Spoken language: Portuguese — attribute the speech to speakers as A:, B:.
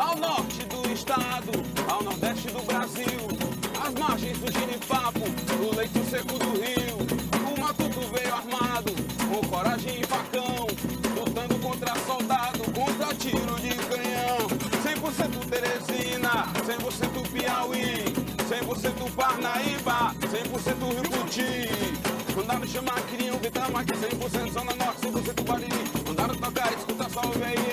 A: ao norte do estado, ao nordeste do Brasil, às margens do Ginipapo, no leito seco do rio. O Matuto veio armado, com coragem e facão, lutando contra soldado, contra tiro de canhão. 100% Teresina, 100% Piauí, 100% Parnaíba, 100% Rio Puti. Mandaram chamar, queriam ver tamanho, 100% Zona Norte, 100% Bariri. Mandaram tocar, escuta só o véio.